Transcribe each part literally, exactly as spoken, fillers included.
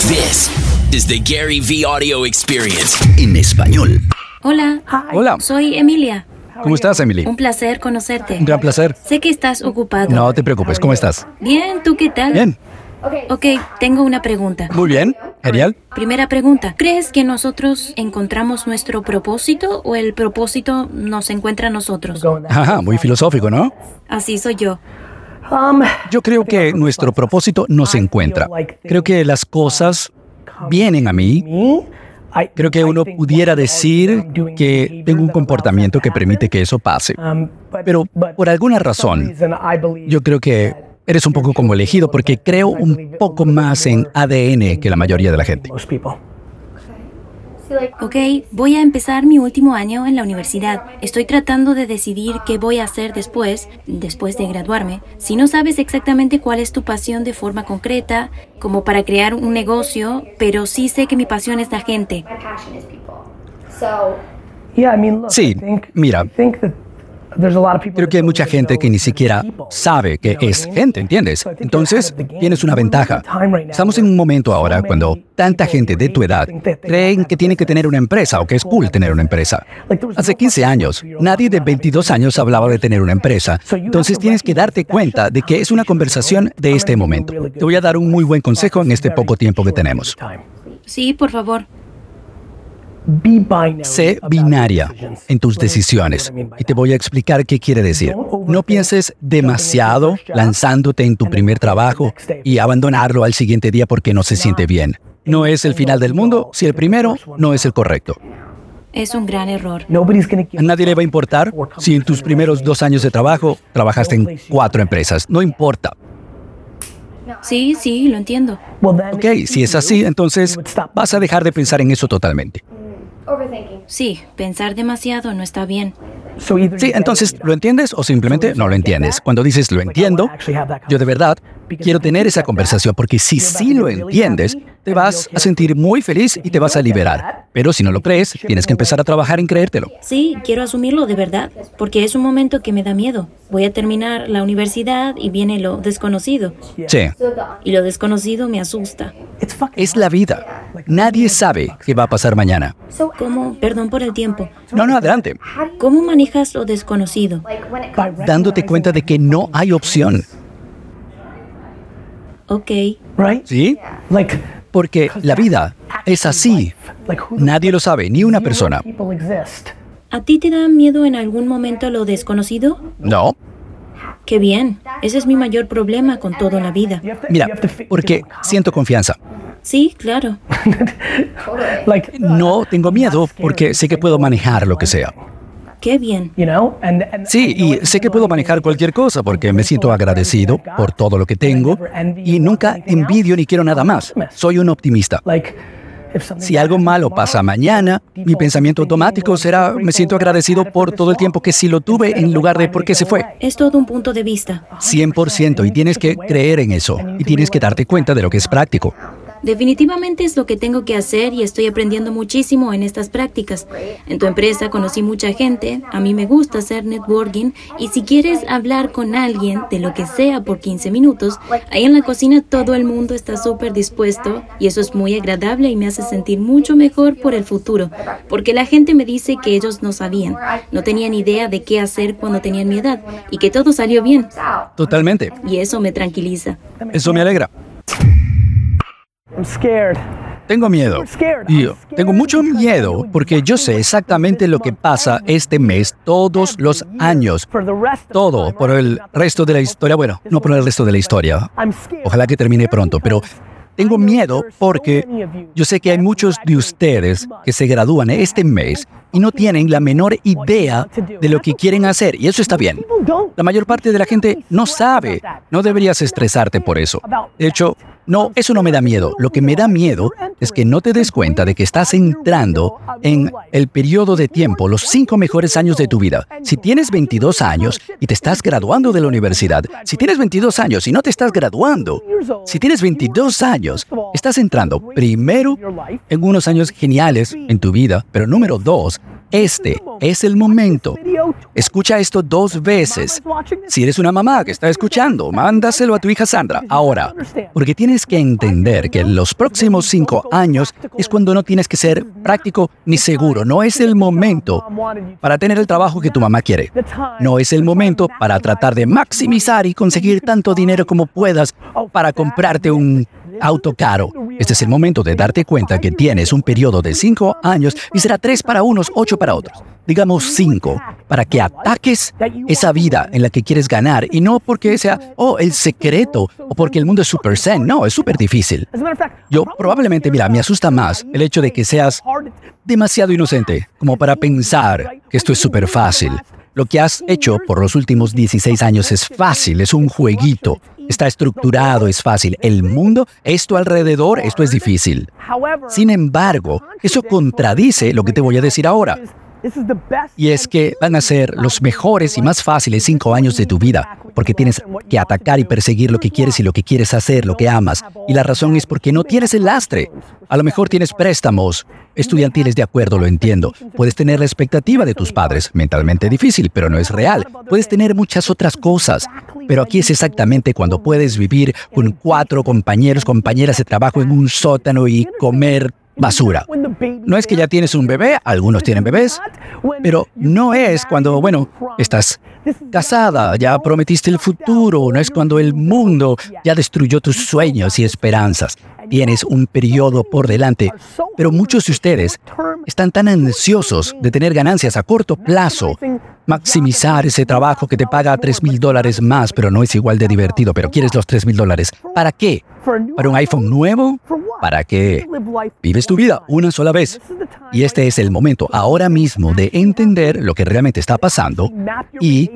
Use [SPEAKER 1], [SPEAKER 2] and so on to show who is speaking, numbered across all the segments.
[SPEAKER 1] This is the Gary V Audio Experience.
[SPEAKER 2] En español.
[SPEAKER 3] Hola.
[SPEAKER 4] Hola.
[SPEAKER 3] Soy Emilia.
[SPEAKER 4] ¿Cómo estás, Emily?
[SPEAKER 3] Un placer conocerte.
[SPEAKER 4] Un gran placer.
[SPEAKER 3] Sé que estás ocupado.
[SPEAKER 4] No te preocupes, ¿cómo estás?
[SPEAKER 3] Bien, ¿tú qué tal?
[SPEAKER 4] Bien.
[SPEAKER 3] Ok, tengo una pregunta.
[SPEAKER 4] Muy bien. Genial.
[SPEAKER 3] Primera pregunta. ¿Crees que nosotros encontramos nuestro propósito o el propósito nos encuentra a nosotros?
[SPEAKER 4] Ajá, muy filosófico, ¿no?
[SPEAKER 3] Así soy yo.
[SPEAKER 4] Yo creo que nuestro propósito nos encuentra. Creo que las cosas vienen a mí. Creo que uno pudiera decir que tengo un comportamiento que permite que eso pase. Pero por alguna razón, yo creo que eres un poco como elegido porque creo un poco más en A D N que la mayoría de la gente.
[SPEAKER 3] Ok, voy a empezar mi último año en la universidad. Estoy tratando de decidir qué voy a hacer después, después de graduarme. Si no sabes exactamente cuál es tu pasión de forma concreta, como para crear un negocio, pero sí sé que mi pasión es la gente.
[SPEAKER 4] Sí, mira, creo que hay mucha gente que ni siquiera sabe que es gente, ¿entiendes? Entonces, tienes una ventaja. Estamos en un momento ahora cuando tanta gente de tu edad creen que tiene que tener una empresa o que es cool tener una empresa. Hace quince años, nadie de veintidós años hablaba de tener una empresa. Entonces, tienes que darte cuenta de que es una conversación de este momento. Te voy a dar un muy buen consejo en este poco tiempo que tenemos.
[SPEAKER 3] Sí, por favor.
[SPEAKER 4] Sé binaria en tus decisiones y te voy a explicar qué quiere decir. No pienses demasiado lanzándote en tu primer trabajo y abandonarlo al siguiente día porque no se siente bien. No es el final del mundo si el primero no es el correcto.
[SPEAKER 3] Es un gran error.
[SPEAKER 4] A nadie le va a importar si en tus primeros dos años de trabajo trabajaste en cuatro empresas. No importa.
[SPEAKER 3] Sí, sí, lo entiendo.
[SPEAKER 4] Ok, si es así, entonces vas a dejar de pensar en eso totalmente.
[SPEAKER 3] Sí, pensar demasiado no está bien.
[SPEAKER 4] Sí, entonces, ¿lo entiendes o simplemente no lo entiendes? Cuando dices lo entiendo, yo de verdad quiero tener esa conversación porque si sí lo entiendes, te vas a sentir muy feliz y te vas a liberar. Pero si no lo crees, tienes que empezar a trabajar en creértelo.
[SPEAKER 3] Sí, quiero asumirlo de verdad, porque es un momento que me da miedo. Voy a terminar la universidad y viene lo desconocido.
[SPEAKER 4] Sí,
[SPEAKER 3] Y lo desconocido me asusta.
[SPEAKER 4] es la vida. Nadie sabe qué va a pasar mañana.
[SPEAKER 3] ¿Cómo? Perdón por el tiempo.
[SPEAKER 4] No, no, adelante.
[SPEAKER 3] ¿Cómo manejas lo desconocido?
[SPEAKER 4] Dándote cuenta de que no hay opción.
[SPEAKER 3] Ok.
[SPEAKER 4] ¿Sí? Porque la vida es así. Nadie lo sabe, ni una persona.
[SPEAKER 3] ¿A ti te da miedo en algún momento lo desconocido?
[SPEAKER 4] No.
[SPEAKER 3] Qué bien. Ese es mi mayor problema con todo en la vida.
[SPEAKER 4] Mira, porque siento confianza.
[SPEAKER 3] Sí, claro.
[SPEAKER 4] No tengo miedo porque sé que puedo manejar lo que sea.
[SPEAKER 3] Qué bien.
[SPEAKER 4] Sí, y sé que puedo manejar cualquier cosa porque me siento agradecido por todo lo que tengo y nunca envidio ni quiero nada más. Soy un optimista. Si algo malo pasa mañana, mi pensamiento automático será, me siento agradecido por todo el tiempo que sí lo tuve en lugar de por qué se fue.
[SPEAKER 3] Es todo un punto de vista.
[SPEAKER 4] cien por ciento, y tienes que creer en eso, y tienes que darte cuenta de lo que es práctico.
[SPEAKER 3] Definitivamente es lo que tengo que hacer y estoy aprendiendo muchísimo en estas prácticas. En tu empresa conocí mucha gente, a mí me gusta hacer networking y si quieres hablar con alguien de lo que sea por quince minutos, ahí en la cocina todo el mundo está súper dispuesto y eso es muy agradable y me hace sentir mucho mejor por el futuro, porque la gente me dice que ellos no sabían, no tenían idea de qué hacer cuando tenían mi edad y que todo salió bien.
[SPEAKER 4] Totalmente.
[SPEAKER 3] Y eso me tranquiliza.
[SPEAKER 4] Eso me alegra. Tengo miedo. Y yo tengo mucho miedo porque yo sé exactamente lo que pasa este mes todos los años. Todo por el resto de la historia. Bueno, no por el resto de la historia. Ojalá que termine pronto, pero tengo miedo porque yo sé que hay muchos de ustedes que se gradúan este mes y no tienen la menor idea de lo que quieren hacer, y eso está bien. La mayor parte de la gente no sabe. No deberías estresarte por eso. De hecho, no, eso no me da miedo. Lo que me da miedo es que no te des cuenta de que estás entrando en el periodo de tiempo, los cinco mejores años de tu vida. Si tienes veintidós años y te estás graduando de la universidad, si tienes veintidós años y no te estás graduando, si tienes veintidós años, estás entrando primero en unos años geniales en tu vida, pero número dos, Este es el momento. Escucha esto dos veces. Si eres una mamá que está escuchando, mándaselo a tu hija Sandra ahora. Porque tienes que entender que en los próximos cinco años es cuando no tienes que ser práctico ni seguro. No es el momento para tener el trabajo que tu mamá quiere. No es el momento para tratar de maximizar y conseguir tanto dinero como puedas para comprarte un auto caro. Este es el momento de darte cuenta que tienes un periodo de cinco años y será tres para unos, ocho para otros. Digamos cinco, para que ataques esa vida en la que quieres ganar y no porque sea, oh, el secreto o porque el mundo es super zen. No, es súper difícil. Yo probablemente, mira, me asusta más el hecho de que seas demasiado inocente como para pensar que esto es súper fácil. Lo que has hecho por los últimos dieciséis años es fácil, es un jueguito. Está estructurado, es fácil. El mundo, esto alrededor, esto es difícil. Sin embargo, eso contradice lo que te voy a decir ahora. Y es que van a ser los mejores y más fáciles cinco años de tu vida, porque tienes que atacar y perseguir lo que quieres y lo que quieres hacer, lo que amas. Y la razón es porque no tienes el lastre. A lo mejor tienes préstamos estudiantiles, de acuerdo, lo entiendo. Puedes tener la expectativa de tus padres, mentalmente difícil, pero no es real. Puedes tener muchas otras cosas, pero aquí es exactamente cuando puedes vivir con cuatro compañeros, compañeras de trabajo en un sótano y comer basura. No es que ya tienes un bebé, algunos tienen bebés, pero no es cuando, bueno, estás casada, ya prometiste el futuro, no es cuando el mundo ya destruyó tus sueños y esperanzas. Tienes un periodo por delante, pero muchos de ustedes están tan ansiosos de tener ganancias a corto plazo, maximizar ese trabajo que te paga tres mil dólares más, pero no es igual de divertido, pero quieres los tres mil dólares. ¿Para qué? ¿Para un iPhone nuevo? ¿Para qué? Vives tu vida una sola vez. Y este es el momento ahora mismo de entender lo que realmente está pasando y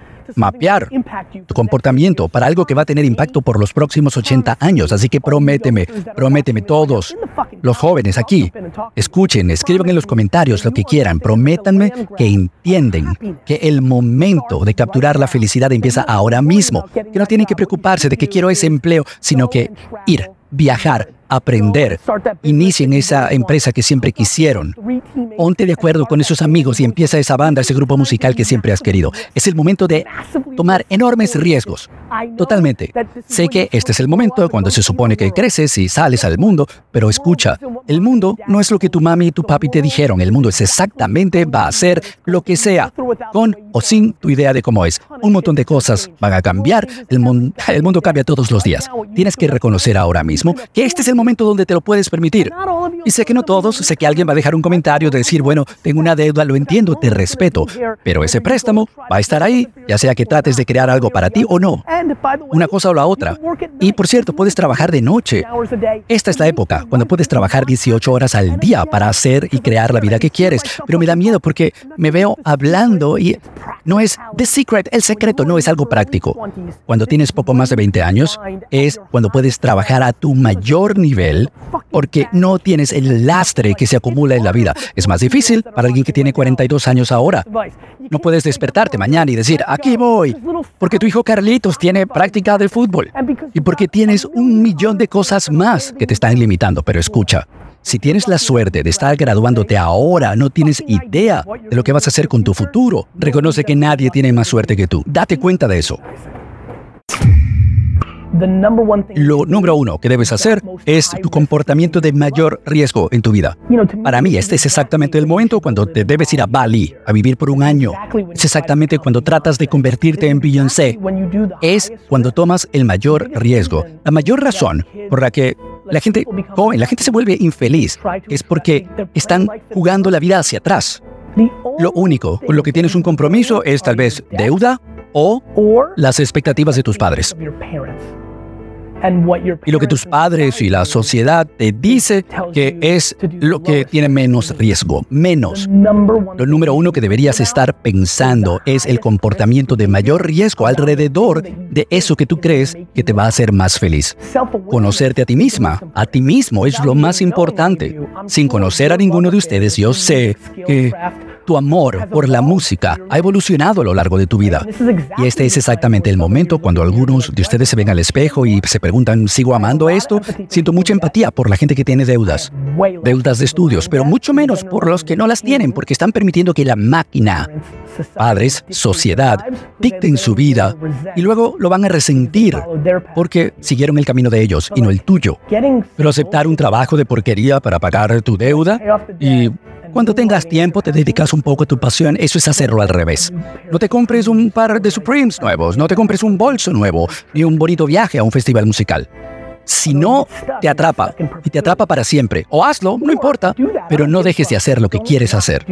[SPEAKER 4] mapear tu comportamiento para algo que va a tener impacto por los próximos ochenta años. Así que prométeme, prométeme todos, los jóvenes aquí, escuchen, escriban en los comentarios lo que quieran, prométanme que entienden que el momento de capturar la felicidad empieza ahora mismo, que no tienen que preocuparse de que quiero ese empleo, sino que ir, viajar, aprender, inicien esa empresa que siempre quisieron. Ponte de acuerdo con esos amigos y empieza esa banda, ese grupo musical que siempre has querido. Es el momento de tomar enormes riesgos. Totalmente. Sé que este es el momento cuando se supone que creces y sales al mundo, pero escucha, el mundo no es lo que tu mami y tu papi te dijeron. El mundo es exactamente, va a ser lo que sea, con o sin tu idea de cómo es. Un montón de cosas van a cambiar. El, mun- el mundo cambia todos los días. Tienes que reconocer ahora mismo que este es el momento donde te lo puedes permitir. Y sé que no todos, sé que alguien va a dejar un comentario de decir, bueno, tengo una deuda, lo entiendo, te respeto, pero ese préstamo va a estar ahí, ya sea que trates de crear algo para ti o no. Una cosa o la otra. Y por cierto, puedes trabajar de noche. Esta es la época cuando puedes trabajar dieciocho horas al día para hacer y crear la vida que quieres. Pero me da miedo porque me veo hablando y no es the secret, el secreto, no es algo práctico. Cuando tienes poco más de veinte años, es cuando puedes trabajar a tu mayor nivel porque no tienes el lastre que se acumula en la vida. Es más difícil para alguien que tiene cuarenta y dos años ahora. No puedes despertarte mañana y decir, aquí voy, porque tu hijo Carlitos tiene práctica de fútbol y porque tienes un millón de cosas más que te están limitando. Pero escucha, si tienes la suerte de estar graduándote ahora, no tienes idea de lo que vas a hacer con tu futuro. Reconoce que nadie tiene más suerte que tú. Date cuenta de eso. Lo número uno que debes hacer es tu comportamiento de mayor riesgo en tu vida. Para mí, este es exactamente el momento cuando te debes ir a Bali a vivir por un año. Es exactamente cuando tratas de convertirte en Beyoncé. Es cuando tomas el mayor riesgo. La mayor razón por la que la gente joven, la gente se vuelve infeliz es porque están jugando la vida hacia atrás. Lo único con lo que tienes un compromiso es tal vez deuda o las expectativas de tus padres. Y lo que tus padres y la sociedad te dice que es lo que tiene menos riesgo, menos. Lo número uno que deberías estar pensando es el comportamiento de mayor riesgo alrededor de eso que tú crees que te va a hacer más feliz. Conocerte a ti misma, a ti mismo es lo más importante. Sin conocer a ninguno de ustedes, yo sé que Tu amor por la música ha evolucionado a lo largo de tu vida. Y este es exactamente el momento cuando algunos de ustedes se ven al espejo y se preguntan, ¿sigo amando esto? Siento mucha empatía por la gente que tiene deudas. Deudas de estudios, pero mucho menos por los que no las tienen, porque están permitiendo que la máquina, padres, sociedad, dicten su vida y luego lo van a resentir porque siguieron el camino de ellos y no el tuyo. Pero aceptar un trabajo de porquería para pagar tu deuda y cuando tengas tiempo te dedicas un poco a tu pasión, eso es hacerlo al revés. No te compres un par de Supremes nuevos, no te compres un bolso nuevo, ni un bonito viaje a un festival musical. Si no, te atrapa, y te atrapa para siempre. O hazlo, no importa, pero no dejes de hacer lo que quieres hacer.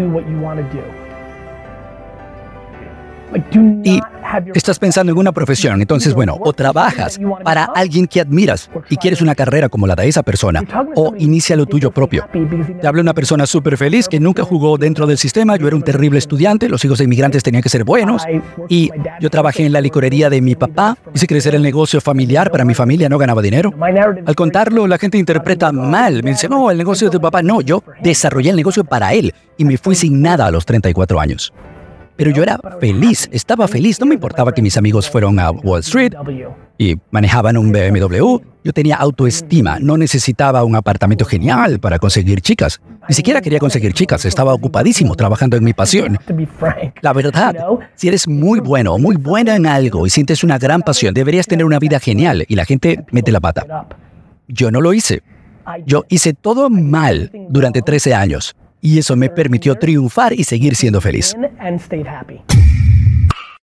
[SPEAKER 4] Y estás pensando en una profesión, entonces, bueno, o trabajas para alguien que admiras y quieres una carrera como la de esa persona, o inicia lo tuyo propio. Te habla una persona súper feliz que nunca jugó dentro del sistema. Yo era un terrible estudiante, los hijos de inmigrantes tenían que ser buenos, y yo trabajé en la licorería de mi papá, hice crecer el negocio familiar para mi familia, no ganaba dinero. Al contarlo, la gente interpreta mal, me dice, no, el negocio de tu papá, no, yo desarrollé el negocio para él, y me fui sin nada a los treinta y cuatro años. Pero yo era feliz, estaba feliz, no me importaba que mis amigos fueron a Wall Street y manejaban un B M W. Yo tenía autoestima, no necesitaba un apartamento genial para conseguir chicas. Ni siquiera quería conseguir chicas, estaba ocupadísimo trabajando en mi pasión. La verdad, si eres muy bueno o muy buena en algo y sientes una gran pasión, deberías tener una vida genial y la gente mete la pata. Yo no lo hice. Yo hice todo mal durante trece años. Y eso me permitió triunfar y seguir siendo feliz.